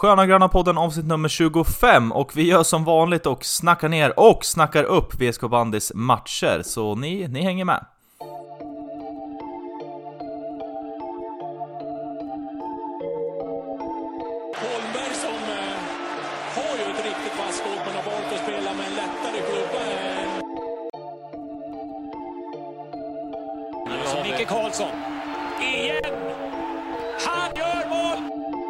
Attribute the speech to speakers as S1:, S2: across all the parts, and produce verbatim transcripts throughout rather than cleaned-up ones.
S1: Sköna Gröna podden avsnitt nummer tjugofem. Och vi gör som vanligt och snackar ner och snackar upp V S K Bandys matcher. Så ni, ni hänger med.
S2: Holmberg som eh, har ju ett riktigt vasskåt, men har valt att spela med en lättare klubba. Så Micke Karlsson igen. Han gör mål!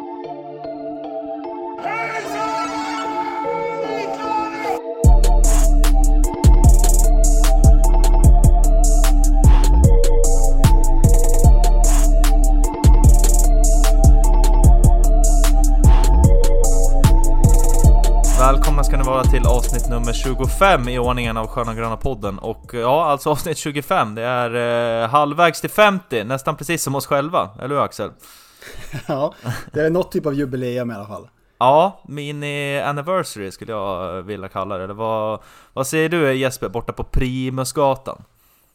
S1: Välkomna ska ni vara till avsnitt nummer tjugofem i ordningen av Sköna Gröna podden. Och ja, alltså avsnitt tjugofem, det är eh, halvvägs till femtio, nästan precis som oss själva, eller hur Axel?
S3: Ja, det är något typ av jubileum i alla fall.
S1: Ja, mini anniversary skulle jag vilja kalla det. Eller vad, vad säger du Jesper, borta på Primusgatan?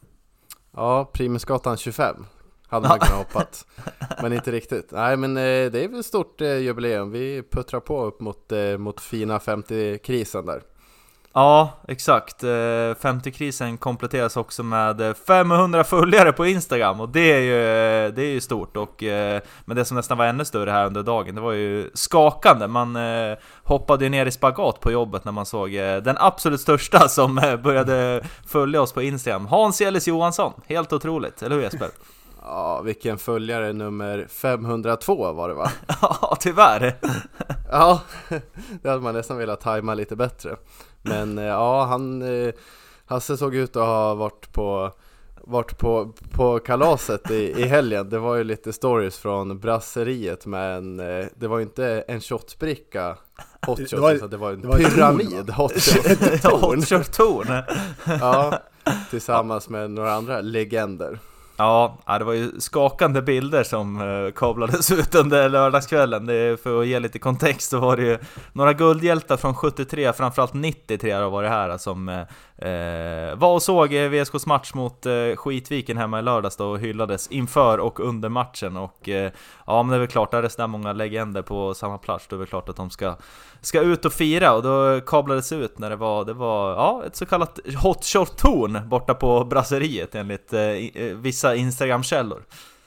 S4: Ja, Primusgatan tjugofem hade man kunnat hoppat. Men inte riktigt. Nej, men eh, det är väl stort eh, jubileum. Vi puttrar på upp mot, eh, mot fina femtio-krisen där.
S1: Ja, exakt. femtio-krisen kompletteras också med femhundra följare på Instagram. Och det är ju, det är ju stort. Och, men det som nästan var ännu större här under dagen, det var ju skakande. Man hoppade ju ner i spagat på jobbet när man såg den absolut största som började följa oss på Instagram. Hans Elis Johansson. Helt otroligt, eller hur Jesper?
S4: Ja, vilken följare, nummer femhundratvå var det, va?
S1: Ja, tyvärr.
S4: Ja, det hade man nästan velat tajma lite bättre. Men ja, han Hasse såg ut att ha varit på varit på, på kalaset i, i helgen. Det var ju lite stories från brasseriet, men det var ju inte en shotbricka hot shot, det var, det var en det var pyramid hot shot torn. Ja, tillsammans med några andra legender.
S1: Ja, det var ju skakande bilder som eh, kablades ut under lördagskvällen. Det, för att ge lite kontext så var det ju några guldhjältar från sjuttiotre, framförallt nittiotre har varit här, som eh, var och såg V S K:s match mot eh, Skitviken hemma i lördags då, och hyllades inför och under matchen. Och eh, ja, men det är väl klart, där är så många legender på samma plats, då är det väl klart att de ska, ska ut och fira. Och då kablades ut när det var, det var ja, ett så kallat hot shot-torn borta på brasseriet enligt eh, vissa Instagram-källor.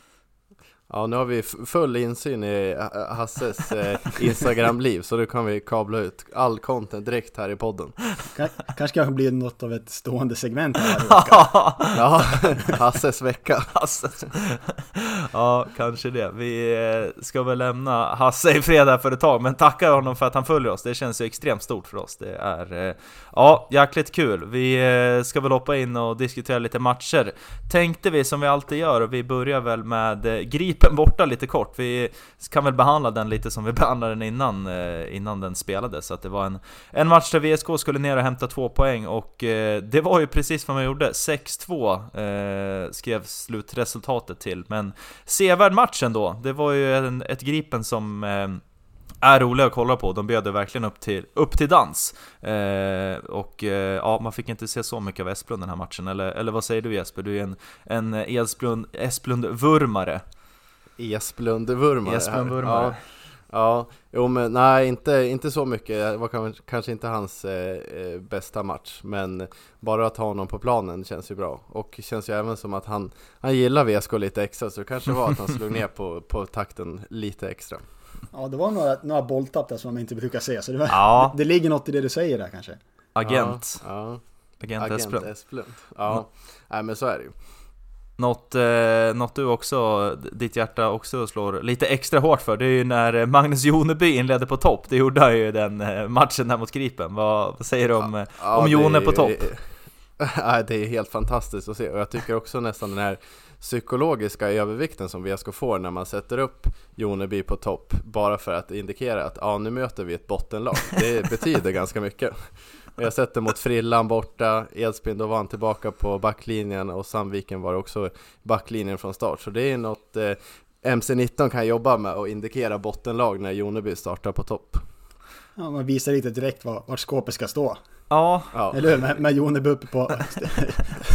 S4: Ja, nu har vi full insyn i Hasses eh, Instagram-liv, så då kan vi kabla ut all content direkt här i podden.
S3: K- kanske kan bli något av ett stående segment här.
S4: Ja, Hasses vecka.
S1: Hasses. Ja, kanske det. Vi eh, ska väl lämna Hasse i fredag för ett tag, men tackar honom för att han följer oss. Det känns ju extremt stort för oss. Det är eh, ja, jäkligt kul. Vi eh, ska väl hoppa in och diskutera lite matcher. Tänkte vi som vi alltid gör, och vi börjar väl med eh, Gripen borta lite kort. Vi kan väl behandla den lite som vi behandlade den innan, eh, innan den spelades. Så att det var en, en match där V S K skulle ner och hämta två poäng, och eh, det var ju precis vad man gjorde. sex två eh, skrev slutresultatet till, men sevärd matchen då. Det var ju en, ett Gripen som eh, är roligt att kolla på. De bjöd verkligen upp till, upp till dans. Eh, och eh, ja, man fick inte se så mycket av Esplund den här matchen. Eller, eller vad säger du Jesper? Du är en, en Esplund, Esplund-vurmare.
S4: Esplund-vurmare.
S1: Esplund-vurmare.
S4: Ja. Ja, jo, men nej, inte, inte så mycket. Det var kanske inte hans eh, bästa match, men bara att ha honom på planen känns ju bra. Och känns ju även som att han, han gillar V S K lite extra, så det kanske var att han slog ner på, på takten lite extra.
S3: Ja, det var några, några bolltapp där som man inte brukar se, så det, var,
S1: ja.
S3: det, det ligger något i det du säger där kanske.
S1: Agent.
S4: Ja, ja.
S1: Agent,
S4: Agent
S1: Esplund.
S4: Esplund. Ja, mm. Nej, men så är det ju.
S1: Något, eh, något du också, ditt hjärta också slår lite extra hårt för, det är ju när Magnus Joneby inledde på topp. Det gjorde han ju den matchen där mot Gripen. Vad, vad säger du om, ja, ja, om Jone på topp?
S4: Ja, det är helt fantastiskt att se. Och jag tycker också nästan den här psykologiska övervikten som V S K får när man sätter upp Joneby på topp, bara för att indikera att ja, nu möter vi ett bottenlag. Det betyder ganska mycket. Jag sätter mot Frillan borta, Edsbyn, då var han tillbaka på backlinjen, och Sandviken var också backlinjen från start. Så det är något eh, M C nitton kan jobba med och indikera bottenlag när Joneby startar på topp.
S3: Ja, man visar lite direkt var, var skåpet ska stå.
S1: Ja,
S3: ja. Eller hur? Med, med Joneby uppe på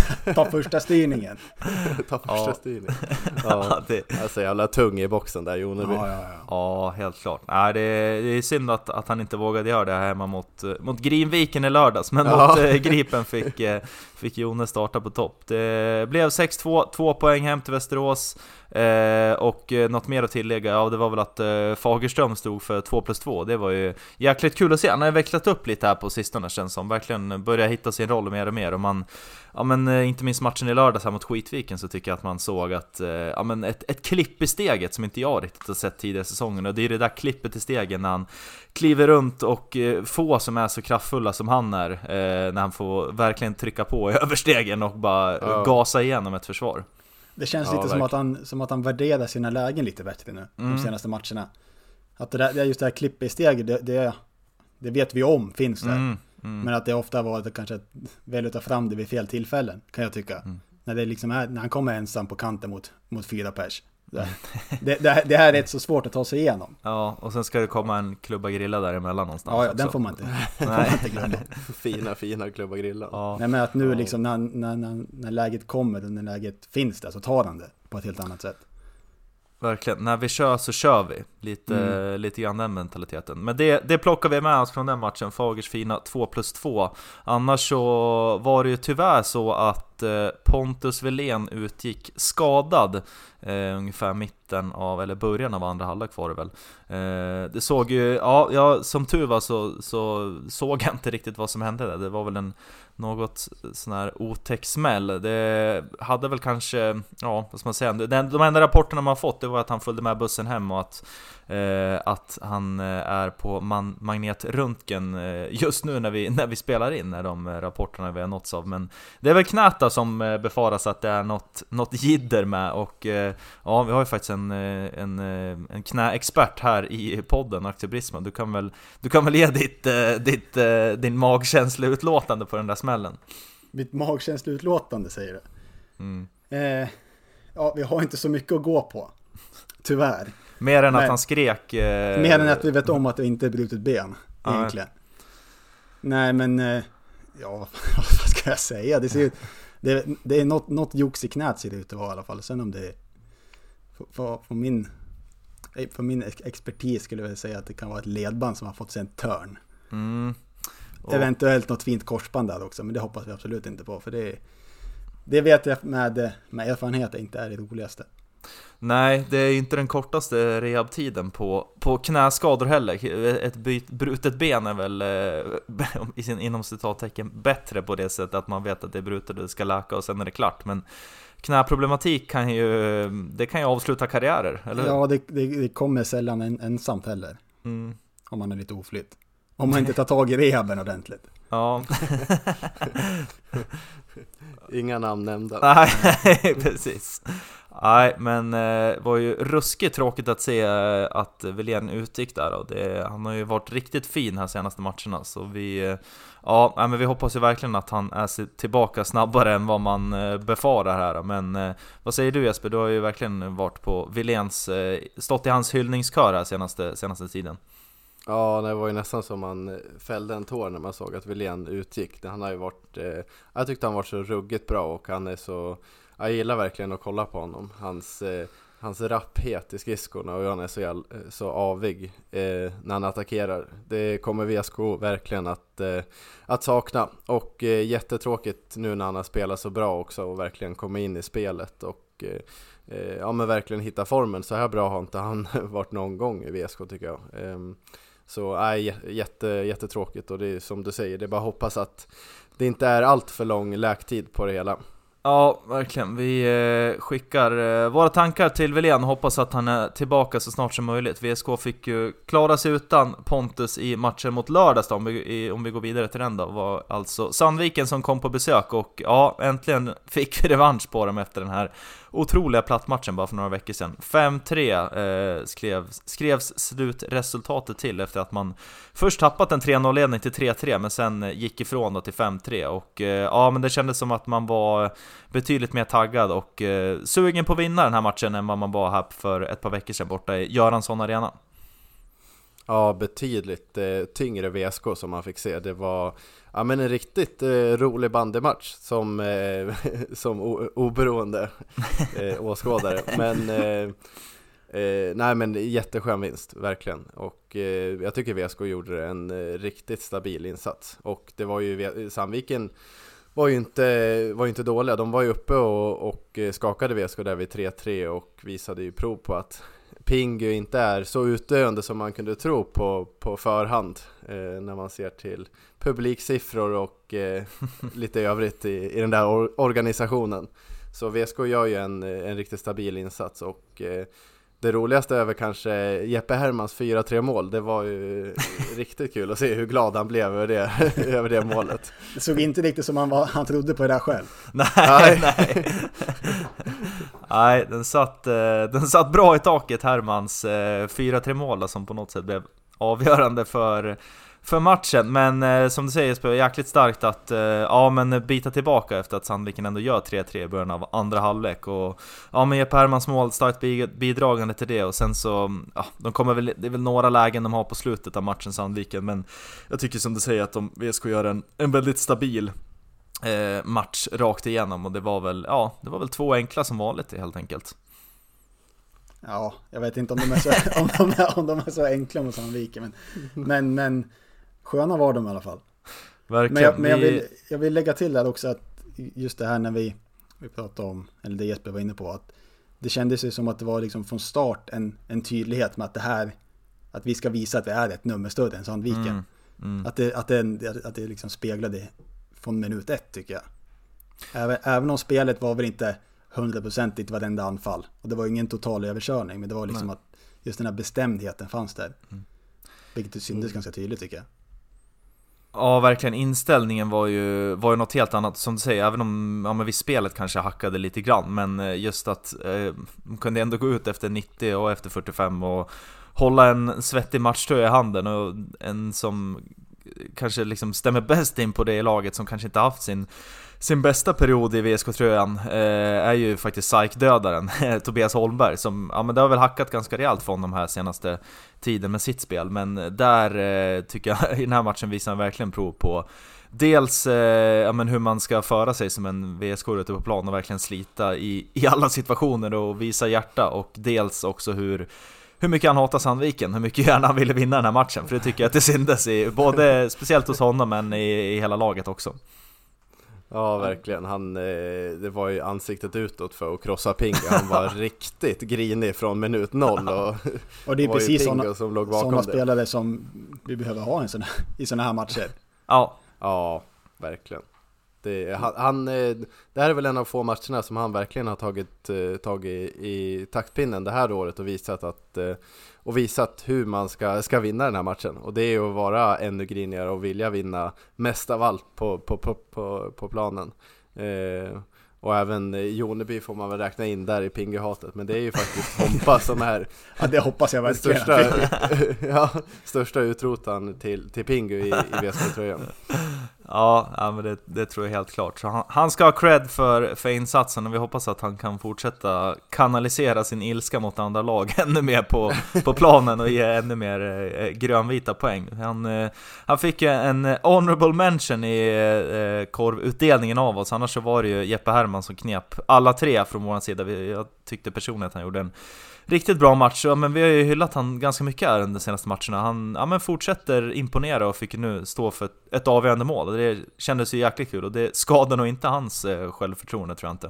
S3: Ta första styrningen.
S4: Ta första
S1: Ja.
S4: styrningen. Ja,
S1: det...
S4: alltså jävla tung i boxen där, Joneby.
S3: Ja, ja, ja.
S1: Ja, helt klart. Nej, det, är, det är synd att, att han inte vågade göra det här hemma mot, mot Grinviken i lördags. Men
S4: Ja.
S1: mot eh, Gripen fick, eh, fick Jone starta på topp. Det blev sex två, två poäng hem till Västerås. Eh, och eh, något mer att tillägga, ja det var väl att eh, Fagerström stod för två plus två. Det var ju jäkligt kul att se. Han har vecklat upp lite här på sistone, känns som. Verkligen börjar hitta sin roll mer och mer. Och man, ja men eh, inte minst matchen i lördags här mot Skitviken, så tycker jag att man såg att eh, ja men ett, ett klipp i steget som inte jag riktigt har sett tidigare säsongen. Och det är det där klippet i stegen när han kliver runt och eh, få som är så kraftfulla som han är, eh, när han får verkligen trycka på i överstegen och bara
S4: Ja.
S1: gasa igenom ett försvar.
S3: Det känns
S4: Ja,
S3: lite som
S4: verkligen.
S3: att, han, som att han värderar sina lägen lite bättre nu,
S1: Mm.
S3: de senaste matcherna. Att det, där, det är just det här klippet i steg, det, det, det vet vi om finns där.
S1: Mm, mm.
S3: Men att det ofta var det kanske att väl ta fram det vid fel tillfällen, kan jag tycka.
S1: Mm.
S3: När, det liksom är, när han kommer ensam på kanten mot, mot fyra pers. Det, det, det, det här är rätt så svårt att ta sig igenom.
S1: Ja, och sen ska det komma en klubba grilla däremellan någonstans.
S3: Ja, ja
S1: också.
S3: den får man inte, får man
S1: Nej.
S3: inte glömma.
S4: Fina, fina klubba grillan.
S1: Ja.
S3: Nej, men att nu
S4: Ja.
S3: liksom när, när, när, när läget kommer och när läget finns där, så tar han det på ett helt annat sätt.
S1: Verkligen, när vi kör så kör vi. Lite,
S3: Mm.
S1: lite grann den mentaliteten. Men det, det plockar vi med oss från den matchen. Fagers fina två plus två. Annars så var det ju tyvärr så att eh, Pontus Wilén utgick skadad eh, ungefär mitten av, eller början av andra halvlek var det väl. Eh, det såg ju, ja, ja som tur var så, så såg jag inte riktigt vad som hände där. Det var väl en något sån här otäck smäll. Det hade väl kanske, ja vad ska man säga, den, de enda rapporterna man fått, det var att han följde med bussen hem och att, eh, att han är på man, magnetröntgen eh, just nu när vi, när vi spelar in, när de rapporterna vi har nåtts av. Men det är väl knäta som eh, befaras att det är något, något jidder med. Och eh, ja, vi har ju faktiskt en, eh, en, eh, en knäexpert här i podden, Axel Brisman. Du kan väl, du kan väl ge ditt, eh, ditt, eh, din magkänsleutlåtande på den där smällen.
S3: Mitt magkänsleutlåtande, säger du.
S1: Mm.
S3: Eh, ja, vi har inte så mycket att gå på. Tyvärr.
S1: Mer än
S3: Nej.
S1: att han skrek eh...
S3: Mer än att vi vet om att det inte är brutet ben.
S1: Ja.
S3: Egentligen. Nej, men eh, ja, vad ska jag säga? Det, ser ut, det, det är något, något jox i knät, ser det ut att vara i alla fall. Sen om det för, för, för min för min expertis skulle jag säga att det kan vara ett ledband som har fått sig en törn.
S1: mm. Och...
S3: Eventuellt något fint korsband där också, men det hoppas vi absolut inte på, för det, det vet jag med, med erfarenhet inte är det roligaste.
S1: Nej, det är inte den kortaste rehabtiden på, på knäskador heller. Ett byt, brutet ben är väl eh, i sin, inom citattecken bättre på det sättet att man vet att det är brutet och det ska läka och sen är det klart. Men knäproblematik kan ju, det kan ju avsluta karriärer, eller hur?
S3: Ja, det, det, det kommer sällan en, ensamt heller.
S1: Mm.
S3: Om man är lite oflytt. Om man inte tar tag i rehaben ordentligt.
S1: Ja.
S4: Inga namn nämnda.
S1: Nej, precis. Nej, men det eh, var ju ruskigt tråkigt att se eh, att Wilén utgick där. Och det, han har ju varit riktigt fin här senaste matcherna. Så vi, eh, ja, men vi hoppas ju verkligen att han är tillbaka snabbare än vad man eh, befarar här. Men eh, vad säger du, Jesper? Du har ju verkligen varit på Wiléns, eh, stått i hans hyllningskör här senaste, senaste tiden.
S4: Ja, det var ju nästan som man fällde en tår när man såg att Wilén utgick. Han har ju varit, eh, jag tyckte han var så ruggigt bra och han är så, jag gillar verkligen att kolla på honom. Hans, eh, hans rapphet i skridskorna och han är så, jäl, så avig eh, när han attackerar. Det kommer V S K verkligen att, eh, att sakna. Och eh, jättetråkigt nu när han har spelat så bra också och verkligen kommer in i spelet och eh, ja, men verkligen hitta formen. Så här bra har inte han varit någon gång i V S K, tycker jag. Eh, Så nej, jätte, jättetråkigt och det är som du säger, det är bara hoppas att det inte är allt för lång läktid på det hela.
S1: Ja, verkligen. Vi eh, skickar eh, våra tankar till Wilén och hoppas att han är tillbaka så snart som möjligt. V S K fick ju klara sig utan Pontus i matchen mot lördags då, om, vi, i, om vi går vidare till den då. Var alltså Sandviken som kom på besök och ja, äntligen fick vi revansch på dem efter den här otroliga plattmatchen bara för några veckor sedan. fem tre eh, skrevs, skrevs slutresultatet till efter att man först tappat en tre noll-ledning till tre tre men sen gick ifrån då till fem tre och eh, ja, men det kändes som att man var betydligt mer taggad och eh, sugen på att vinna den här matchen än vad man var här för ett par veckor sedan borta i Göransson Arena.
S4: Ja, betydligt eh, tyngre V S K som man fick se. Det var ja, men en riktigt eh, rolig bandymatch som, eh, som o- oberoende eh, åskådare. Men, eh, eh, nej, men jätteskön vinst, verkligen. Och eh, jag tycker V S K gjorde en eh, riktigt stabil insats. Och det var ju, Sandviken var ju inte, var ju inte dåliga. De var ju uppe och, och skakade V S K där vid tre tre och visade ju prov på att Pingu inte är så utdöende som man kunde tro på, på förhand eh, när man ser till publiksiffror och eh, lite övrigt i, i den där or- organisationen. Så V S K gör ju en, en riktigt stabil insats och eh, det roligaste över kanske Jeppe Hermans fyra tre mål. Det var ju riktigt kul att se hur glad han blev över det, över det målet.
S3: Det såg inte riktigt som han, var, han trodde på det där själv.
S1: Nej, nej. nej. Nej, den satt, den satt bra i taket, Hermans fyra tre mål som på något sätt blev avgörande för, för matchen. Men eh, som du säger, det är jäkligt starkt att eh, ja, men bita tillbaka efter att Sandviken ändå gör tre tre i början av andra halvlek. Och ja, men Jeppe Hermans mål starkt bidragande till det. Och sen så, ja, de kommer väl, det är väl några lägen de har på slutet av matchen, Sandviken. Men jag tycker som du säger att de, V S K gör en, en väldigt stabil eh, match rakt igenom. Och det var väl, ja, det var väl två enkla som vanligt helt enkelt.
S3: Ja, jag vet inte om de är så, om de är, om de är så enkla mot Sandviken. Men, men, men sköna var de i alla fall.
S1: Verkligen.
S3: Men, jag, men jag, vill, jag vill lägga till där också att just det här när vi, vi pratade om, eller det Jesper var inne på, att det kändes ju som att det var liksom från start en, en tydlighet med att det här, att vi ska visa att vi är ett nummer större än Sandviken. Mm, mm. Att det, att det, att det liksom speglade från minut ett, tycker jag. Även, även om spelet var väl inte hundraprocentigt varenda anfall. Och det var ingen total överkörning, men det var liksom Nej. Att just den här bestämdheten fanns där. Mm. Vilket syntes ganska tydligt, tycker jag.
S1: Ja, verkligen. Inställningen var ju, var ju något helt annat, som du säger, även om ja, men vid spelet kanske hackade lite grann, men just att eh, de kunde ändå gå ut efter nittio och efter fyrtiofem och hålla en svettig matchtröja i handen, och en som kanske liksom stämmer bäst in på det laget som kanske inte haft sin sin bästa period i V S K-tröjan eh, är ju faktiskt psykdödaren Tobias Holmberg, som, ja men det har väl hackat ganska rejält från de här senaste tiden med sitt spel, men där eh, tycker jag i den här matchen visar han verkligen prov på dels eh, ja, men hur man ska föra sig som en V S K ute på plan och verkligen slita i, i alla situationer och visa hjärta, och dels också hur hur mycket han hatar Sandviken, hur mycket gärna han ville vinna den här matchen, för det tycker jag att det syndes i, både speciellt hos honom men i, i hela laget också.
S4: Ja, verkligen. Han, eh, det var ju ansiktet utåt för att krossa Pingu. Han var riktigt grinig från minut noll. Och,
S3: och det är precis sådana,
S4: som låg bakom
S3: sådana
S4: det.
S3: spelare som vi behöver ha en sån här, i sådana här matcher.
S1: Ja,
S4: ja verkligen. Det, han, han, det här är väl en av få matcherna som han verkligen har tagit tag i, i taktpinnen det här året och visat att och visat hur man ska, ska vinna den här matchen. Och det är ju att vara ännu grinigare och vilja vinna mest av allt på, på, på, på, på planen. Eh, och även Joneby får man väl räkna in där i Pingu-hatet. Men det är ju faktiskt Hompa som är
S3: ja, det hoppas jag verkligen.
S4: Största, ja, största utrotan till, till Pingu i, i V S K-tröjan.
S1: Ja, ja men det, det tror jag helt klart. Så han, han ska ha cred för, för insatsen, och vi hoppas att han kan fortsätta kanalisera sin ilska mot andra lag ännu mer på, på planen och ge ännu mer eh, grönvita poäng. Han, eh, han fick ju en honorable mention i eh, korvutdelningen av oss, annars så var det ju Jeppe Herman som knep alla tre från vår sida. Jag tyckte personligen att han gjorde en riktigt bra match, ja, men vi har ju hyllat han ganska mycket här under de senaste matcherna. Han ja, men fortsätter imponera och fick nu stå för ett, ett avgörande mål. Det kändes ju jäkligt kul, och det skadar nog inte hans eh, självförtroende, tror jag inte.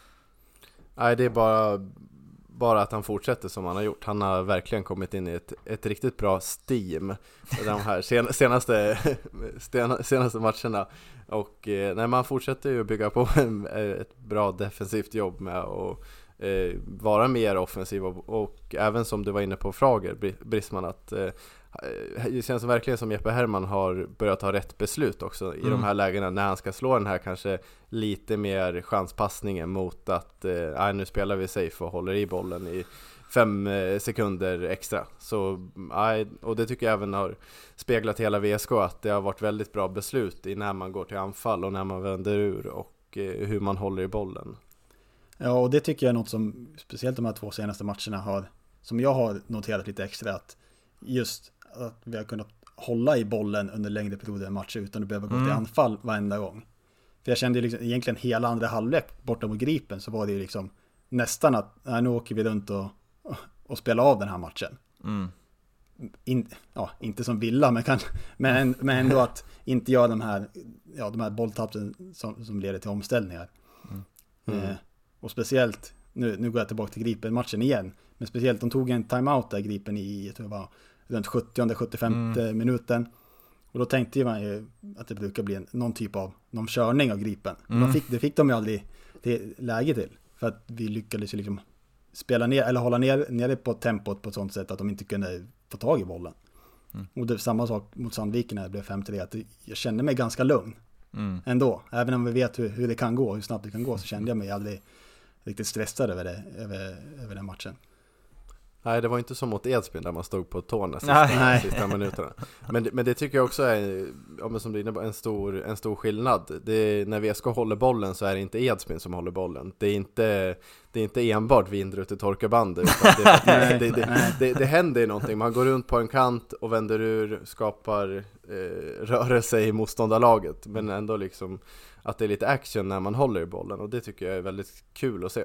S4: Nej, det är bara, bara att han fortsätter som han har gjort. Han har verkligen kommit in i ett, ett riktigt bra steam de här sen, senaste, senaste matcherna. Och eh, nej, man fortsätter ju bygga på en, ett bra defensivt jobb med att Eh, vara mer offensiv och, och även som du var inne på Frager, Brisman, att eh, det känns verkligen som Jeppe Herman har börjat ta rätt beslut också i mm. de här lägena när han ska slå den här kanske lite mer chanspassningen mot att eh, nu spelar vi safe och håller i bollen i fem eh, sekunder extra. Så, eh, och det tycker jag även har speglat hela V S K, att det har varit väldigt bra beslut i när man går till anfall och när man vänder ur och eh, hur man håller i bollen.
S3: Ja, och det tycker jag är något som speciellt de här två senaste matcherna har, som jag har noterat lite extra, att just att vi har kunnat hålla i bollen under längre perioder i matcher utan att behöva gå
S1: Mm.
S3: till anfall varenda gång. För jag kände ju liksom, egentligen hela andra halvlek borta mot Gripen så var det ju liksom nästan att nej, nu åker vi runt och, och spelar av den här matchen.
S1: Mm.
S3: In, ja, inte som Villa, men, kan, men, men ändå att inte göra de här, ja, de här bolltappen som, som leder till omställningar.
S4: Mm.
S3: Eh, och speciellt, nu, nu går jag tillbaka till Gripen-matchen igen, men speciellt de tog en timeout där Gripen i, jag tror det var runt sjuttionde sjuttiofemte
S1: Mm.
S3: minuten. Och då tänkte man ju att det brukar bli en, någon typ av någon körning av Gripen.
S1: Mm.
S3: De fick, det fick de ju aldrig till läge till. För att vi lyckades ju liksom spela ner, eller hålla ner, ner på tempot på ett sånt sätt att de inte kunde få tag i bollen.
S1: Mm.
S3: Och det är samma sak mot Sandviken när det blev fem tre, att jag kände mig ganska lugn
S1: Mm.
S3: ändå. Även om vi vet hur, hur det kan gå, hur snabbt det kan gå, så kände jag mig aldrig riktigt stressad över, det, över, över den matchen.
S4: Nej, det var inte som mot Edsbyn där man stod på tårna
S1: Nej.
S4: sista, sista minuterna. Men, men det tycker jag också är, ja, men som det innebär, en stor, en stor skillnad. Det är, när V S K håller bollen så är det inte Edsbyn som håller bollen. Det är inte, det är inte enbart vindrutor torkarband, utan det, det, det, det, det, det händer någonting. Man går runt på en kant och vänder ur, skapar eh, rörelse i motståndarlaget, men ändå liksom att det är lite action när man håller i bollen, och det tycker jag är väldigt kul att se.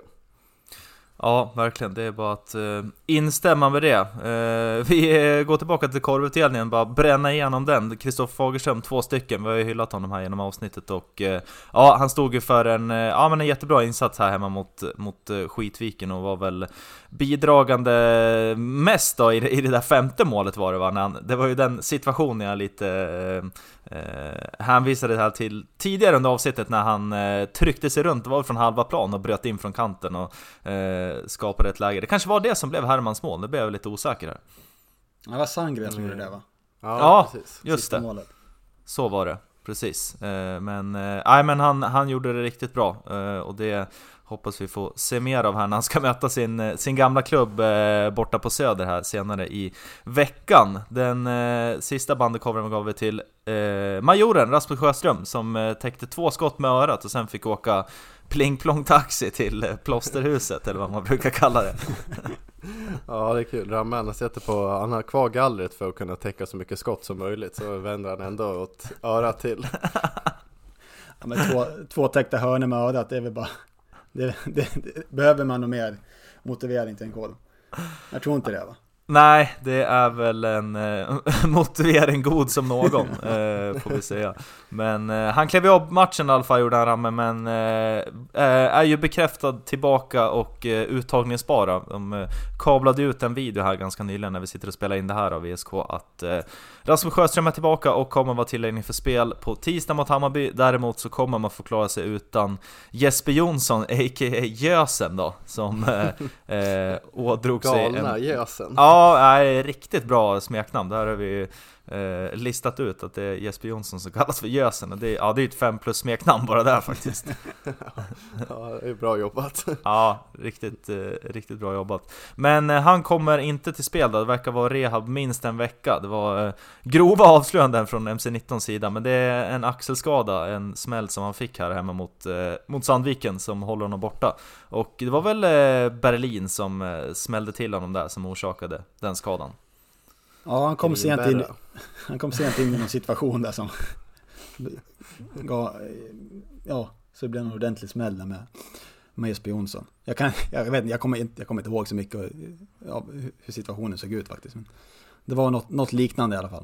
S1: Ja, verkligen. Det är bara att uh, instämma med det. Uh, vi uh, går tillbaka till korvutdelningen, bara bränna igenom den. Kristoffer Fagerström, två stycken. Vi har ju hyllat honom här genom avsnittet. Och uh, ja, han stod ju för en, uh, ja, men en jättebra insats här hemma mot, mot uh, Skitviken, och var väl bidragande mest då i, i det där femte målet var det, va? När han, det var ju den situationen jag lite uh, uh, hänvisade här till tidigare under avsnittet, när han uh, tryckte sig runt, det var från halva plan och bröt in från kanten och uh, skapade ett läge. Det kanske var det som blev Hermans mål. Det blev jag lite osäker här.
S3: Det var Sandgren som gjorde det, va?
S4: Ja,
S1: Ja,
S4: precis.
S1: just
S3: Sista
S1: det.
S3: målet.
S1: Så var det, precis. Eh, Men, eh, nej, men han, han gjorde det riktigt bra. Eh, Och det hoppas vi får se mer av här när han ska möta sin, sin gamla klubb eh, borta på Söder här senare i veckan. Den eh, sista bandycovern gav vi till eh, majoren Rasmus Sjöström, som eh, täckte två skott med örat och sen fick åka pling-plong-taxi till eh, plåsterhuset, eller vad man brukar kalla det.
S4: Ja, det är kul. Ramman sätter på, han har kvar gallret för att kunna täcka så mycket skott som möjligt, så vänder han ändå åt örat till.
S3: Ja, men två, två täckta hörnor med örat, det är väl bara det, det, det, behöver man nog mer motivering till en koll. Jag tror inte det, va?
S1: Nej, det är väl en eh, motivering god som någon, eh, får vi säga. Men eh, han klev ju av matchen i alla fall, gjorde han, Ramme, men eh, är ju bekräftad tillbaka och eh, uttagningsbara. De eh, kablade ut en video här ganska nyligen när vi sitter och spelar in det här av V S K, att eh, Rasmus Sjöström är tillbaka och kommer vara tillgänglig för spel på tisdag mot Hammarby. Däremot så kommer man få klara sig utan Jesper Jonsson, a k a. Jösen då, som eh, eh, ådrog sig
S4: Galna
S1: en...
S4: Jösen.
S1: Ja, nej, riktigt bra smeknamn. Där har vi eh, listat ut att det är Jesper Jonsson som kallas för Jösen. Och det, ja, det är ett fem plus smeknamn bara där faktiskt.
S4: Ja, det är bra jobbat.
S1: Ja, riktigt, eh, riktigt bra jobbat. Men eh, han kommer inte till spel då. Det verkar vara rehab minst en vecka. Det var eh, grova avslöjanden från M C nitton sida, men det är en axelskada, en smäll som han fick här hemma mot, eh, mot Sandviken, som håller honom borta. Och det var väl eh, Berlin som eh, smällde till honom där, som orsakade den skadan.
S3: Ja, han kom
S4: Det är
S3: sent in,
S4: värre.
S3: han kom sent in i någon situation där som gav, ja, så det blev en ordentlig smäll där med, med Jesper Jonsson. Jag kan, jag vet inte, jag kommer inte, jag kommer inte ihåg så mycket av hur situationen såg ut faktiskt. Men det var något, något liknande i alla fall.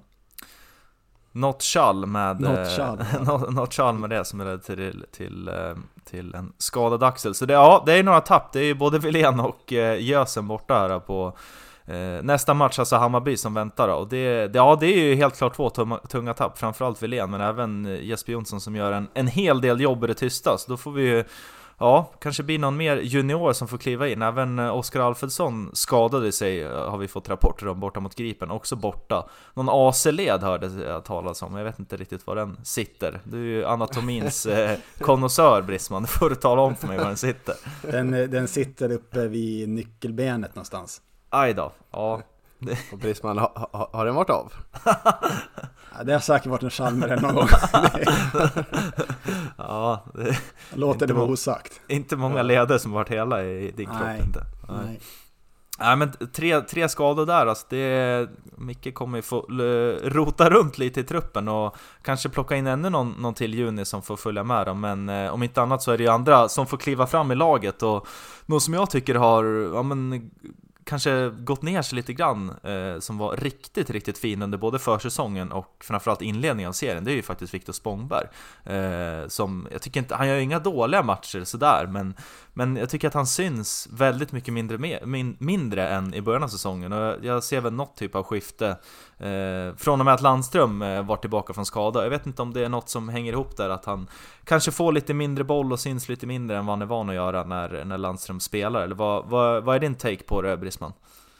S1: Något chall med
S3: Något chall, ja.
S1: något, något chall med det som ledde till, till, till en skadad axel. Så det, ja, det är några tapp. Det är ju både Wilén och eh, Jösen borta här på eh, nästa match, alltså Hammarby som väntar då. Och det, det, ja, det är ju helt klart två tunga, tunga tapp, framförallt Wilén, men även Jesper Jonsson som gör en, en hel del jobb i det tysta. Så då får vi ju, ja, kanske blir någon mer junior som får kliva in. Även Oskar Alfredsson skadade sig, har vi fått rapporter om, borta mot Gripen. Också borta. Någon A C-led hörde jag talas om. Jag vet inte riktigt var den sitter. Du är ju anatomins eh, konnässör, Brisman. Du får du tala om för mig var den sitter.
S3: Den, den sitter uppe vid nyckelbenet någonstans.
S1: Aj då, ja.
S4: Och Brisman, ha, ha, har den varit av?
S3: Ja, det har säkert varit en Chalmer någon gång.
S1: Ja, det,
S3: Låter det vara osagt.
S1: inte många leder som varit hela i din kropp.
S3: Nej.
S1: Inte.
S3: Nej.
S1: Nej, men tre, tre skador där, alltså det, Micke kommer ju få rota runt lite i truppen och kanske plocka in ännu någon, någon till juni som får följa med dem. Men eh, om inte annat så är det ju andra som får kliva fram i laget, och någon som jag tycker har, ja men, kanske gått ner sig lite grann, eh, som var riktigt, riktigt fin under både försäsongen och framförallt inledningen av serien, det är ju faktiskt Viktor Spångberg. Eh, som, jag tycker inte, han gör inga dåliga matcher sådär, men, men jag tycker att han syns väldigt mycket mindre, med, min, mindre än i början av säsongen. Och jag, jag ser väl något typ av skifte eh, från och med att Landström eh, var tillbaka från skada. Jag vet inte om det är något som hänger ihop där, att han kanske får lite mindre boll och syns lite mindre än vad han är van att göra när, när Landström spelar. Eller vad, vad, vad är din take på det, Brisman?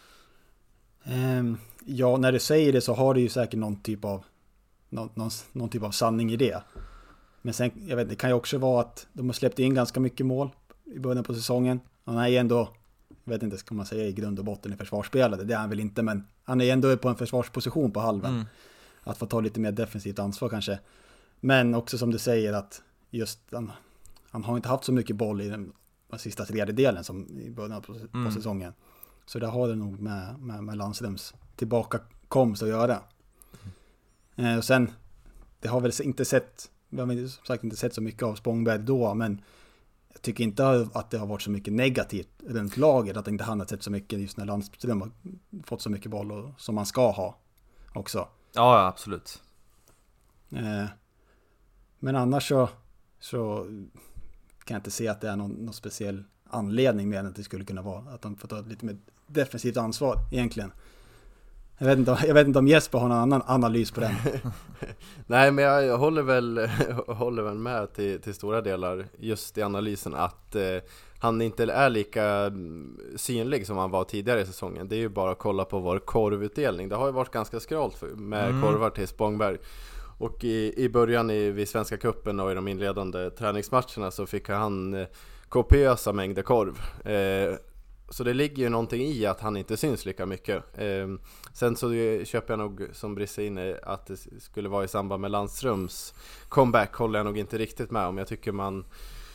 S3: Um, ja, när du säger det så har det ju säkert någon typ av någon, någon, någon typ av sanning i det. Men sen, jag vet, det kan ju också vara att de har släppt in ganska mycket mål i början på säsongen. Han är ändå, jag vet inte, ska man säga i grund och botten i försvarsspelare, det är han väl inte, men han är ändå på en försvarsposition på halven. Mm. Att få ta lite mer defensivt ansvar kanske. Men också som du säger att just han, han har inte haft så mycket boll i den, den sista tredjedelen som i början på, mm. på säsongen. Så det har det nog med, med, med Landströms tillbakakomst att göra. Mm. Eh, och sen, det har väl inte sett, vi har som sagt inte sett så mycket av Spångberg då, men jag tycker inte att det har varit så mycket negativt runt laget, att det inte har sett så mycket just när Landström har fått så mycket boll och, som man ska ha också.
S1: Ja, ja absolut.
S3: Eh, men annars så, så kan jag inte se att det är någon, någon speciell anledning med att det skulle kunna vara att de får ta lite mer defensivt ansvar egentligen. Jag vet inte, jag vet inte om Jesper har någon annan analys på den.
S4: Nej, men jag, jag håller väl håller väl med till, till stora delar just i analysen att eh, han inte är lika synlig som han var tidigare i säsongen. Det är ju bara att kolla på vår korvutdelning. Det har ju varit ganska skralt för, med mm. korvar till Spångberg. Och i, i början i, vid Svenska cupen och i de inledande träningsmatcherna så fick han eh, kopiösa mängder korv. Eh, så det ligger ju någonting i att han inte syns lika mycket. Eh, sen så köper jag nog som Brisse in att det skulle vara i samband med Landströms comeback, håller jag nog inte riktigt med om. Jag tycker man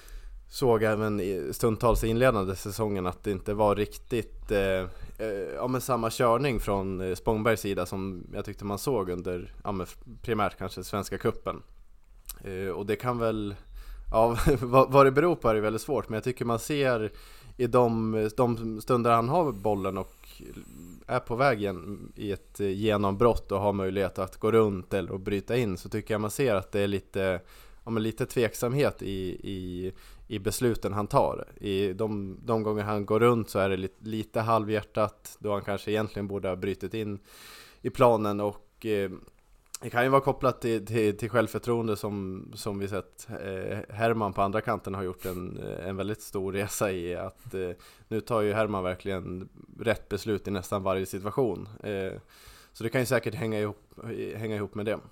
S4: såg även i stundtals inledande säsongen att det inte var riktigt eh, eh, ja, men samma körning från Spångbergs sida som jag tyckte man såg under ja, men primärt kanske Svenska cupen. Eh, och det kan väl, ja, vad, vad det beror på är det väldigt svårt, men jag tycker man ser i de, de stunder han har bollen och är på vägen i ett genombrott och har möjlighet att gå runt eller att bryta in, så tycker jag man ser att det är lite, ja, men lite tveksamhet i, i, i besluten han tar. I de, de gånger han går runt så är det lite, lite halvhjärtat, då han kanske egentligen borde ha brytit in i planen, och eh, det kan ju vara kopplat till, till, till självförtroende som, som vi sett eh, Herman på andra kanten har gjort en, en väldigt stor resa i att eh, nu tar ju Herman verkligen rätt beslut i nästan varje situation. Eh, så det kan ju säkert hänga ihop, hänga ihop med det.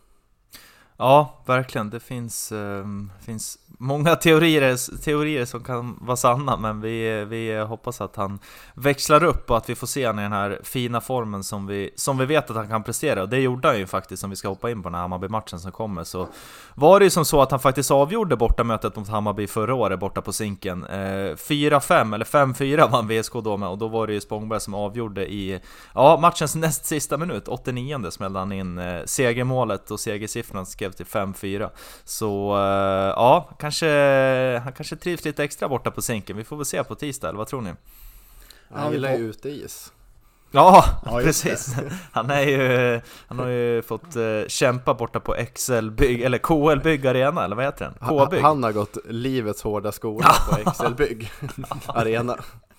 S1: Ja, verkligen. Det finns, eh, finns många teorier, teorier som kan vara sanna, men vi, vi hoppas att han växlar upp och att vi får se han i den här fina formen som vi, som vi vet att han kan prestera. Och det gjorde han ju faktiskt, om vi ska hoppa in på den här Hammarby-matchen som kommer. Så var det ju som så att han faktiskt avgjorde bortamötet mot Hammarby förra året borta på Zinken. Eh, fyra fem eller fem fyra vann V S K då med, och då var det ju Spångberg som avgjorde i ja, matchens näst sista minut, åttionionde smällde han in eh, segermålet, och segersiffran skrev till fem fyra. Så eh, ja, kanske han kanske trivs lite extra borta på Zinken. Vi får väl se på tisdag, eller vad tror ni?
S4: Han gillar ju uteis.
S1: Ja, ja precis. Han är ju han har ju fått uh, kämpa borta på X L-bygg eller K L-bygg arena, eller vad heter den? K-bygg.
S4: Han har gått livets hårda skola på X L-bygg arena.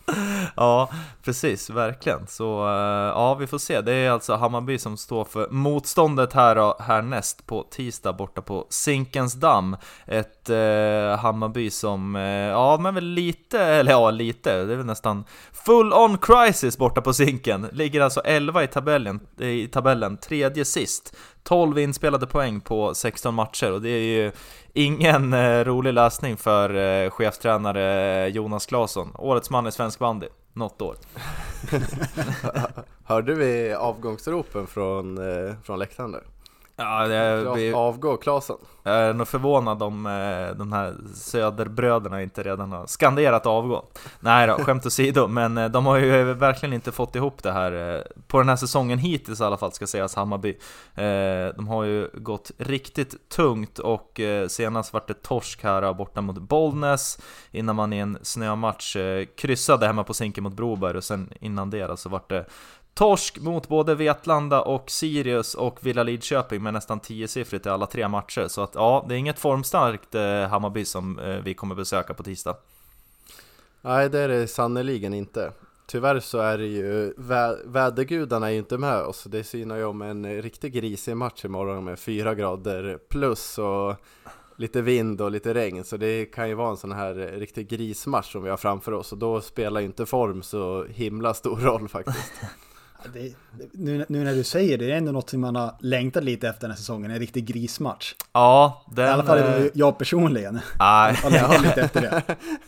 S1: Ja, precis, verkligen. Så uh, ja, vi får se. Det är alltså Hammarby som står för motståndet här härnäst på tisdag borta på Zinkensdamm. Ett uh, Hammarby som uh, ja, men väl lite eller ja, lite. Det är väl nästan full on crisis borta på Zinken. Ligger alltså elva i tabellen i tabellen, tredje sist. tolv inspelade poäng på sexton matcher, och det är ju ingen eh, rolig läsning för eh, chefstränare Jonas Claesson, årets man i svensk bandy, något år.
S4: Hörde vi avgångsropen från, eh, från läktaren där?
S1: Ja, det blir...
S4: Avgå Klasen.
S1: Jag är nog förvånad om eh, de här söderbröderna inte redan har skanderat avgå. Nej då, skämt åsido, men eh, de har ju verkligen inte fått ihop det här eh, på den här säsongen hittills i alla fall, ska sägas, Hammarby. Eh, de har ju gått riktigt tungt och eh, senast var det torsk här borta mot Bollnäs innan man i en snömatch eh, kryssade hemma på Zinke mot Broberg, och sen innan det så var det torsk mot både Vetlanda och Sirius och Villa Lidköping med nästan tio-siffrigt i alla tre matcher. Så att ja, det är inget formstarkt eh, Hammarby som eh, vi kommer besöka på tisdag.
S4: Nej, det är det sannoliken inte. Tyvärr så är det ju, vä- vädergudarna är ju inte med oss. Det synar ju om en riktigt grisig match imorgon med fyra grader plus och lite vind och lite regn. Så det kan ju vara en sån här riktig grismatch som vi har framför oss. Och då spelar ju inte form så himla stor roll faktiskt.
S3: Det, det, nu, nu när du säger det, det är ändå något som man har längtat lite efter den här säsongen, en riktig grismatch.
S1: Ja, den,
S3: i alla fall är jag personligen.
S1: Nej.
S3: Jag längtar lite efter det.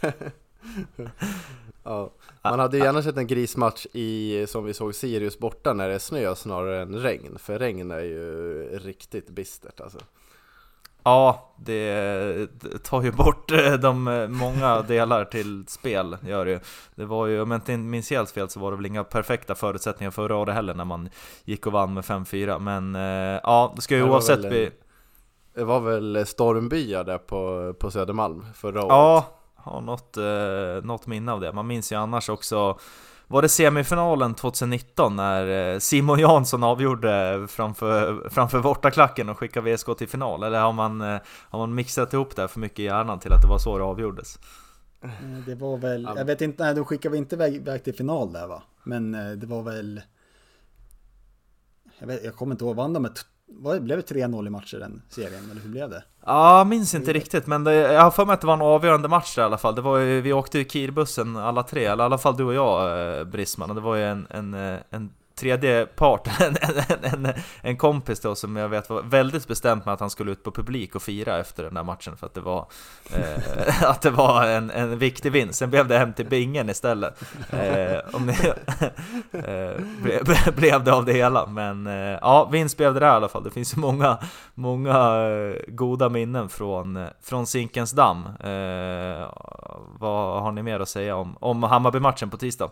S4: Ja. Man hade ju gärna sett en grismatch i, som vi såg, Sirius borta när det är snö snarare än regn. För regn är ju riktigt bistert alltså.
S1: Ja, det tar ju bort de många delar till spel, gör det ju. Det var ju, om jag inte minns helt fel, så var det väl inga perfekta förutsättningar förra året heller när man gick och vann med fem fyra. Men ja, det ska ju det oavsett
S4: väl,
S1: bli...
S4: Det var väl stormbyar där på, på Södermalm förra året.
S1: Ja, har något, eh, något minne av det. Man minns ju annars också, var det semifinalen tjugonitton när Simon Jansson avgjorde framför, framför bortaklacken och skickade V S K till final? Eller har man, har man mixat ihop det för mycket i hjärnan till att det var så det avgjordes?
S3: Det var väl, jag vet inte, nej, de skickade vi inte väg, väg till final där va? Men det var väl, jag, vet, jag kommer inte ihåg, vann de med, vad blev det, tre noll i matcher den serien, eller hur blev det?
S1: Ja, minns inte riktigt, men det, jag har för mig att det var en avgörande match där, i alla fall. Det var ju, vi åkte ju Kirbussen alla tre, eller i alla fall du och jag, Brisman, och det var ju en, en, en tredje part, en, en, en, en kompis då som jag vet var väldigt bestämt med att han skulle ut på publik och fira efter den där matchen, för att det var eh, att det var en, en viktig vinst. Sen blev det hem till bingen istället. Eh, om ni, eh, ble, blev det av det hela, men eh, ja, vinst blev det där i alla fall. Det finns ju många, många eh, goda minnen från, från Zinkensdamm. Eh, vad har ni mer att säga om, om Hammarby-matchen på tisdag?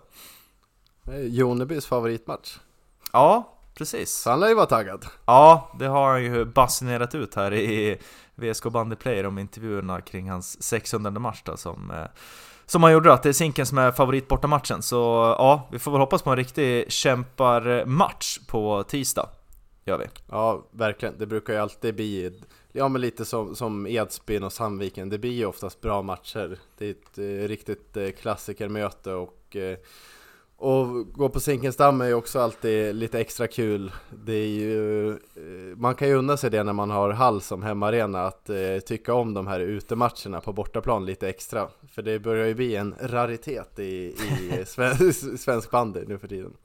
S4: Jonebys favoritmatch.
S1: Ja, precis.
S4: Så han lär ju vara taggad.
S1: Ja, det har han ju basunerat ut här i V S K Bandy Player om intervjuerna kring hans sexhundrade match då, som, som han gjorde, att det är Zinken som är favorit borta matchen. Så ja, vi får väl hoppas på en riktig kämparmatch på tisdag. Gör vi.
S4: Ja, verkligen. Det brukar ju alltid bli, ja, men lite som, som Edsbyn och Sandviken. Det blir ju oftast bra matcher. Det är ett eh, riktigt eh, klassikermöte, och eh, Och gå på Zinkensdamm är ju också alltid lite extra kul. Det är ju, man kan ju unna sig det när man har Hall som hemmaarena, att eh, tycka om de här utematcherna på bortaplan lite extra. För det börjar ju bli en raritet i, i svensk, svensk bandy nu för tiden.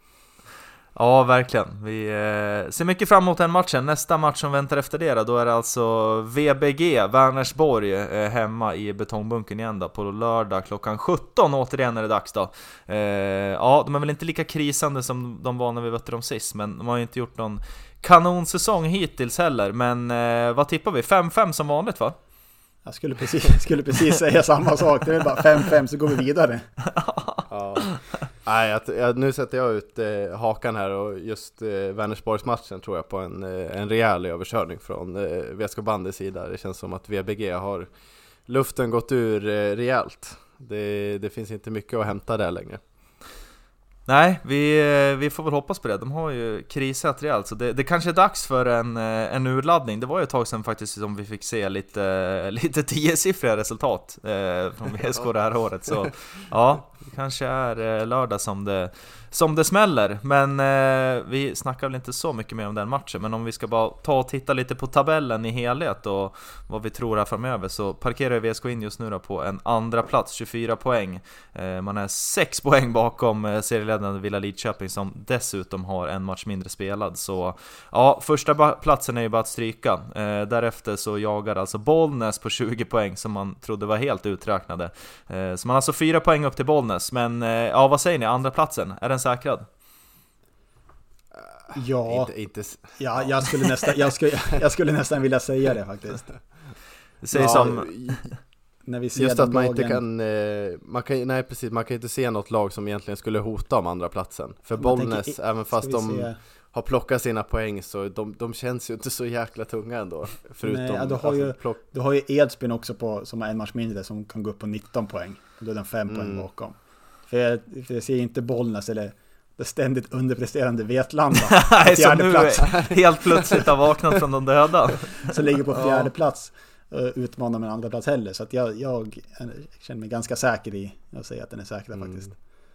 S1: Ja, verkligen. Vi eh, ser mycket fram emot den matchen. Nästa match som väntar efter det då är det alltså V B G, Vänersborg, eh, hemma i betongbunken igen då, på lördag klockan sjutton. Återigen är det dags då. Eh, ja, de är väl inte lika krisande som de var när vi mötte dem sist, men de har ju inte gjort någon kanonsäsong hittills heller. Men eh, vad tippar vi? fem fem som vanligt, va?
S3: Jag skulle precis, skulle precis säga samma sak. Det är bara fem fem så går vi vidare.
S4: Ja. Nej, jag, jag, nu sätter jag ut eh, hakan här, och just eh, Vänersborgsmatchen tror jag på en, eh, en rejäl överkörning från eh, V S K Bandys sida. Det känns som att V B G har luften gått ur eh, rejält. Det, det finns inte mycket att hämta där längre.
S1: Nej, vi, vi får väl hoppas på det. De har ju krisat rejält, så det, det kanske är dags för en, en urladdning. Det var ju ett tag sedan faktiskt som vi fick se lite, lite tio-siffriga resultat eh, från V S K det här året. Så ja, det kanske är lördag som det, som det smäller. Men eh, vi snackar väl inte så mycket mer om den matchen. Men om vi ska bara ta och titta lite på tabellen i helhet och vad vi tror här framöver, så parkerar V S K in just nu då på en andra plats, tjugofyra poäng. Eh, man är sex poäng bakom eh, serieledande Villa Lidköping, som dessutom har en match mindre spelad. Så ja, första ba- platsen är ju bara att stryka. Eh, därefter så jagar alltså Bollnäs på tjugo poäng, som man trodde var helt uträknade. Eh, så man har alltså fyra poäng upp till Bollnäs. Men eh, ja, vad säger ni? Andra platsen, är den säkrad?
S3: Ja,
S4: inte, inte...
S3: ja jag, skulle nästan, jag, skulle, jag skulle nästan vilja säga det faktiskt.
S1: Det säger
S4: Ja,
S1: som...
S3: När vi ser
S4: just att man
S3: lagen...
S4: inte kan, eh, man kan, nej precis, man kan inte se något lag som egentligen skulle hota om andra platsen. För
S3: Man
S4: Bollnäs,
S3: tänker,
S4: även fast de
S3: se...
S4: har plockat sina poäng, så de, de känns ju inte så jäkla tunga ändå. Förutom,
S3: nej, ja, du, har
S4: alltså,
S3: ju,
S4: plock...
S3: du har ju Edsbyn också på, som har en match mindre, som kan gå upp på nitton poäng. Och då är den fem
S4: Mm.
S3: poäng bakom. För jag, för jag ser inte Bollnäs eller det ständigt underpresterande Vetlanda
S1: Nej, som
S3: fjärde
S1: nu
S3: plats.
S1: helt plötsligt har vaknat från de döda.
S3: Som ligger på fjärde
S1: Ja.
S3: plats. Utmanar med andra plats heller. Så att jag, jag känner mig ganska säker i att säga att den är säker
S4: Mm.
S3: faktiskt.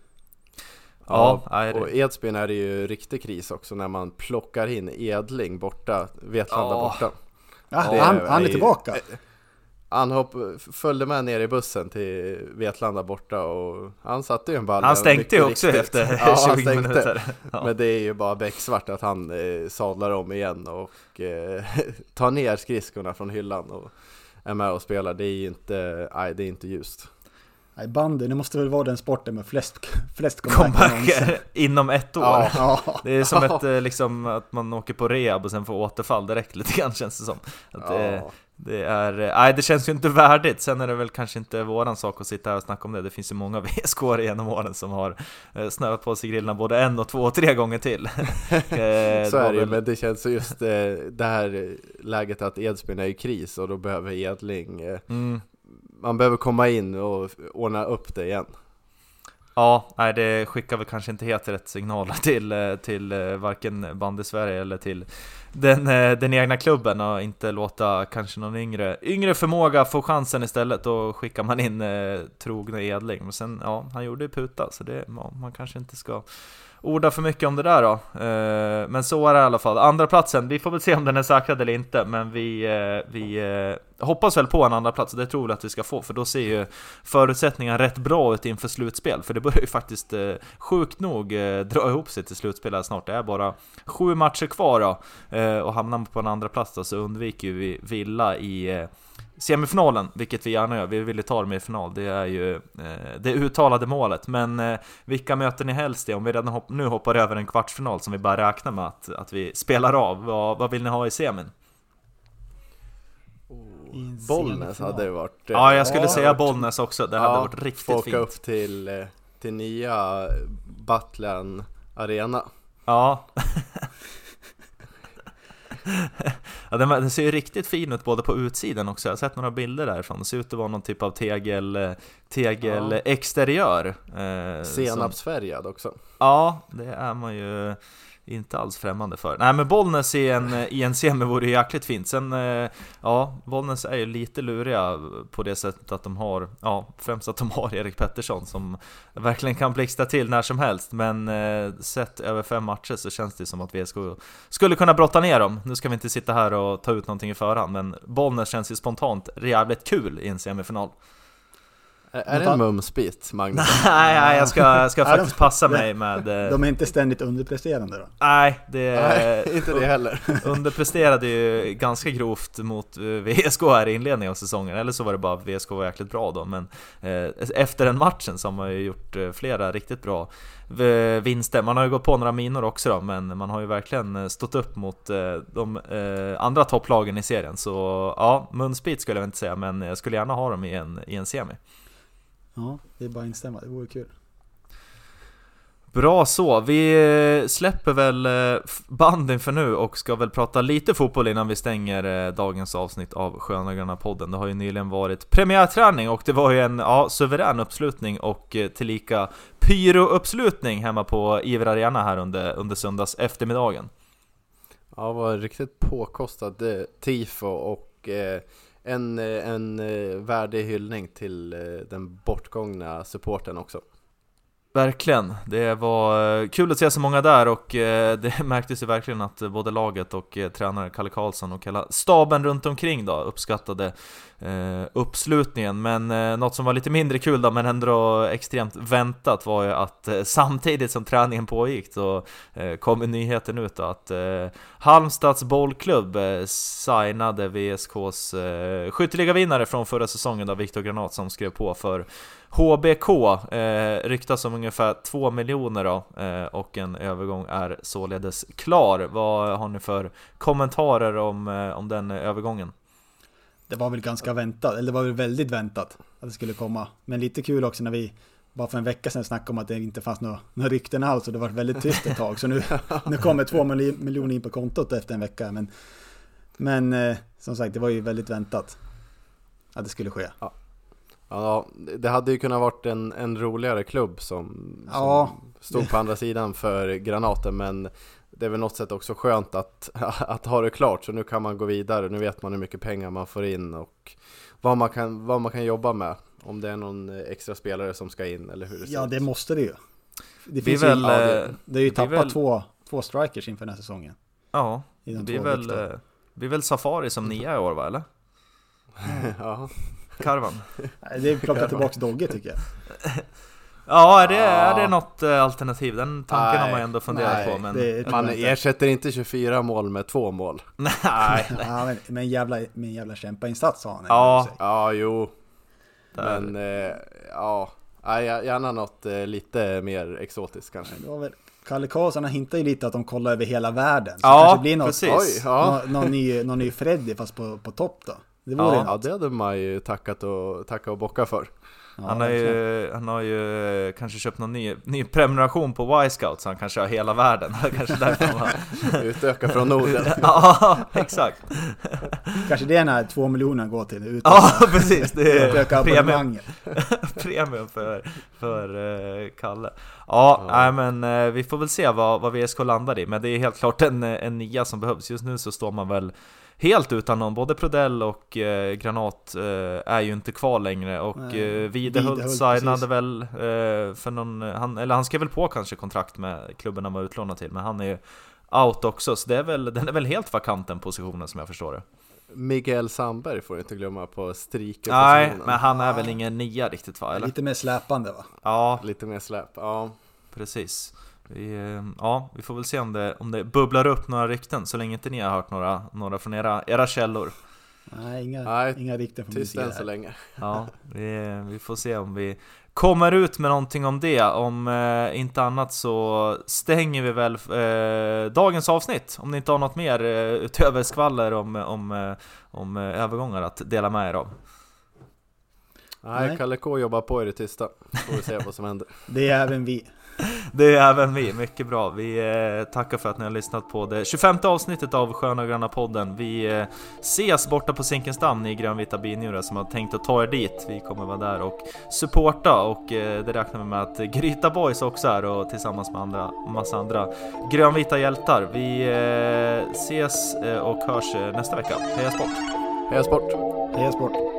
S4: Ja,
S1: Ja, nej, det-
S4: och Edsbyn är det ju riktig kris också när man plockar in Edling borta, Vetlanda
S1: Ja.
S4: borta.
S3: Ja,
S4: Det
S3: han,
S4: är-
S3: han är
S4: är-
S3: tillbaka.
S4: Han hopp, följde med ner i bussen till Vetlanda borta och han satte ju en ball.
S1: Han stänkte ju
S4: mycket
S1: också
S4: riktigt.
S1: efter
S4: Ja, han
S1: tjugo
S4: stänkte.
S1: minuter. Ja.
S4: Men det är ju bara becksvart att han eh, sadlar om igen och eh, tar ner skridskorna från hyllan och är med och spelar. Det är ju inte, nej, det är inte just.
S3: Nej, bandy, det måste väl vara den sporten med flest, flest comebacker någonsin.
S1: Comebacker inom ett år.
S4: Ja.
S3: Ja,
S1: Det är som ett, eh, liksom, att man åker på rehab och sen får återfall direkt lite grann, känns det som. Att, eh,
S4: Ja.
S1: det är, eh, nej, det känns ju inte värdigt. Sen är det väl kanske inte våran sak att sitta här och snacka om det. Det finns ju många V S K-are genom åren som har eh, snöat på sig grillarna både en och två och tre gånger till. eh,
S4: Så är
S1: var
S4: det ju,
S1: väl-
S4: men det känns just eh, det här läget att Edsbyn är i kris och då behöver Edling eh,
S1: Mm.
S4: man behöver komma in och ordna upp det igen.
S1: Ja, nej, det skickar väl kanske inte helt rätt signaler till, eh, till eh, varken bandy Sverige eller till den, eh, den egna klubben, och inte låta kanske någon yngre, yngre förmåga få chansen istället. Då skickar man in eh, trogna Edling. Men sen, ja, han gjorde ju puta, så det, ja, man kanske inte ska orda för mycket om det där då. Eh, men så är det i alla fall. Andra platsen, vi får väl se om den är säkrad eller inte, men vi, eh, vi eh, hoppas väl på en andra plats, och det tror vi att vi ska få, för då ser ju förutsättningarna rätt bra ut inför slutspel, för det börjar ju faktiskt eh, sjukt nog eh, dra ihop sig till slutspel här snart. Det är bara sju matcher kvar då, eh, och hamnar man på en andra plats då, så undviker vi Villa i eh, semifinalen, vilket vi gärna gör. Vi vill ju ta dem i final. Det är ju eh, det uttalade målet. Men eh, vilka möter ni helst? Om vi redan hopp- nu hoppar över en kvartsfinal som vi bara räknar med att, att vi spelar av, vad, vad vill ni ha i semin?
S3: i en
S4: Bollnäs
S3: semifinal.
S4: hade det varit.
S1: Ja, jag skulle
S3: Ja,
S1: säga Bollnäs också. Det hade
S4: Ja,
S1: varit riktigt
S4: få åka
S1: fint.
S4: upp till, eh, till nya Battlen Arena.
S1: Ja. Ja, den, den ser ju riktigt fin ut både på utsidan också. Jag har sett några bilder därifrån. Det ser ut att vara någon typ av tegel, tegel
S4: Ja.
S1: exteriör. Eh, som-
S4: Senapsfärgad också.
S1: Ja, det är man ju inte alls främmande för. Nej, men Bollnäs i en, i en semi vore ju jäkligt fint. Sen, eh, ja, Bollnäs är ju lite luriga på det sättet att de har, ja, främst att de har Erik Pettersson som verkligen kan blixtra till när som helst. Men eh, sett över fem matcher så känns det som att V S K skulle kunna brotta ner dem. Nu ska vi inte sitta här och ta ut någonting i förhand, men Bollnäs känns ju spontant jävligt kul i en semifinal.
S4: Är, är det en mumsbit, Magnus?
S1: Nej, nej, jag ska, jag ska
S3: Nej, de-
S1: faktiskt passa
S3: de-
S1: mig med... eh,
S3: De är inte ständigt underpresterande då.
S1: Nej, det
S4: Nej, inte det heller.
S1: underpresterade ju ganska grovt mot eh, V S K här i inledningen av säsongen. Eller så var det bara att V S K var jäkligt bra då. Men eh, efter den matchen så har man ju gjort eh, flera riktigt bra eh, vinster. Man har ju gått på några minor också då, men man har ju verkligen eh, stått upp mot eh, de eh, andra topplagen i serien. Så ja, munspit skulle jag inte säga, men jag skulle gärna ha dem i en, i en semi.
S3: Ja, det är bara att instämma. Det vore kul.
S1: Bra så, vi släpper väl banden för nu och ska väl prata lite fotboll innan vi stänger dagens avsnitt av Skönögarna-podden. Det har ju nyligen varit premiärträning och det var ju en ja, suverän uppslutning och tillika pyro-uppslutning hemma på Iver Arena här under, under söndags eftermiddagen.
S4: Ja, det var riktigt påkostat eh, tifo och eh, en, eh, en eh, värdig hyllning till eh, den bortgångna supporten också.
S1: Verkligen, det var kul att se så många där och det märktes ju verkligen att både laget och tränare Kalle Karlsson och hela staben runt omkring då uppskattade uppslutningen. Men något som var lite mindre kul då, men ändå extremt väntat, var ju att samtidigt som träningen pågick så kom nyheten ut då, att Halmstads bollklubb signade V S K:s skytteligavinnare från förra säsongen då, Viktor Granat, som skrev på för H B K eh, ryktas om ungefär två miljoner då, eh, och en övergång är således klar. Vad har ni för kommentarer om, eh, om den övergången?
S3: Det var väl ganska väntat, eller det var väl väldigt väntat att det skulle komma. Men lite kul också när vi bara för en vecka sedan snackade om att det inte fanns några, några rykten alls och det var väldigt tyst ett tag. Så nu, nu kommer två miljoner in på kontot efter en vecka. Men, men eh, som sagt, det var ju väldigt väntat att det skulle ske.
S4: Ja, ja det hade ju kunnat varit en, en roligare klubb som, som
S3: ja.
S4: stod på andra sidan för Granaten, men det är väl något sätt också skönt att, att ha det klart, så nu kan man gå vidare. Nu vet man hur mycket pengar man får in och vad man kan, vad man kan jobba med. Om det är någon extra spelare som ska in eller hur det ser
S3: Ja, det
S4: ut.
S3: måste det ju. Det
S1: Vi
S3: finns
S1: väl,
S3: ju, ja, det, det är ju tappat
S1: väl,
S3: två, två strikers inför den här säsongen.
S1: Ja, det blir väl, det är väl Safari som nia i år, va, eller?
S4: Ja.
S1: Karvan.
S3: Det är plockat tillbaka Dogge, tycker jag.
S1: Ja, är det, är det något alternativ? Den tanken
S4: nej,
S1: har man ändå funderat
S3: nej,
S1: på, men
S3: det,
S4: man ersätter inte tjugofyra mål med två mål.
S1: nej, nej.
S3: Ja, men, men en jävla, med en jävla kämpainsats har han.
S1: Ja.
S4: Ja, jo.
S1: Där.
S4: Men eh, ja, gärna något eh, lite mer exotiskt kanske.
S3: Det var väl, Kalle Karlsson hintar ju lite att de kollar över hela världen. Så
S1: Ja,
S3: det kanske blir något,
S1: precis.
S4: Oj, ja.
S3: någon, någon, ny, någon ny Freddy fast på, på topp då. Det vore
S1: Ja,
S4: Ja,
S3: något.
S4: det hade man ju tackat och, tacka och bocka för.
S3: Ja,
S1: Han har ju, han har ju kanske köpt någon ny, ny prenumeration på Y-Scout, så han kanske har hela världen. Kanske därför han...
S4: Utöka från Norden.
S1: Ja, exakt.
S3: Kanske det är när två miljoner går till. Utan
S1: Ja, precis. Det är
S3: öka
S1: premium,
S3: abonnemanget.
S1: premium för, för uh, Kalle. Ja,
S4: Ja.
S1: Nej, men uh, vi får väl se vad, vad V S K landar i. Men det är helt klart en, en nia som behövs. Just nu så står man väl helt utan någon. Både Prodell och eh, Granat eh, är ju inte kvar längre. Och
S3: Nej,
S1: eh, Videhult
S3: Videhult,
S1: signade
S3: precis.
S1: väl eh, för någon, han, eller han skrev väl på kanske kontrakt med klubben han var utlånad till. Men han är ju out också. Så det är väl, den är väl helt vakant, den positionen, som jag förstår det.
S4: Miguel Sandberg får inte glömma på striker.
S1: Nej, men han är väl ingen nia riktigt, va? Eller?
S3: Lite mer släpande, va?
S1: Ja,
S4: Lite mer släp, ja.
S1: precis. Vi, eh, ja, vi får väl se om det, om det bubblar upp några rykten, så länge inte ni har hört några, några från era, era källor.
S3: Nej, inga,
S4: Nej,
S3: inga riktiga från min
S4: Tyst
S3: sida
S4: än så
S3: här.
S4: länge.
S1: Ja, vi, vi får se om vi kommer ut med någonting om det. Om eh, inte annat så stänger vi väl eh, dagens avsnitt. Om ni inte har något mer eh, utöver skvaller om, om, eh, om eh, övergångar att dela med er av.
S4: Nej,
S3: Nej.
S4: Kalle K jobbar på i det tysta. Får vi se vad som händer.
S3: Det är även vi.
S1: Det är även vi, mycket bra. Vi eh, tackar för att ni har lyssnat på det tjugofemte avsnittet av Sköna och Gröna podden. Vi eh, ses borta på Zinkensdamm, ni grönvita binjurar som har tänkt att ta er dit. Vi kommer vara där och supporta, och eh, det räknar vi med att Gryta Boys också är, och tillsammans med andra, massa andra grönvita hjältar. Vi eh, ses eh, och hörs eh, nästa vecka. Heja sport!
S4: Heja sport!
S3: Heja sport!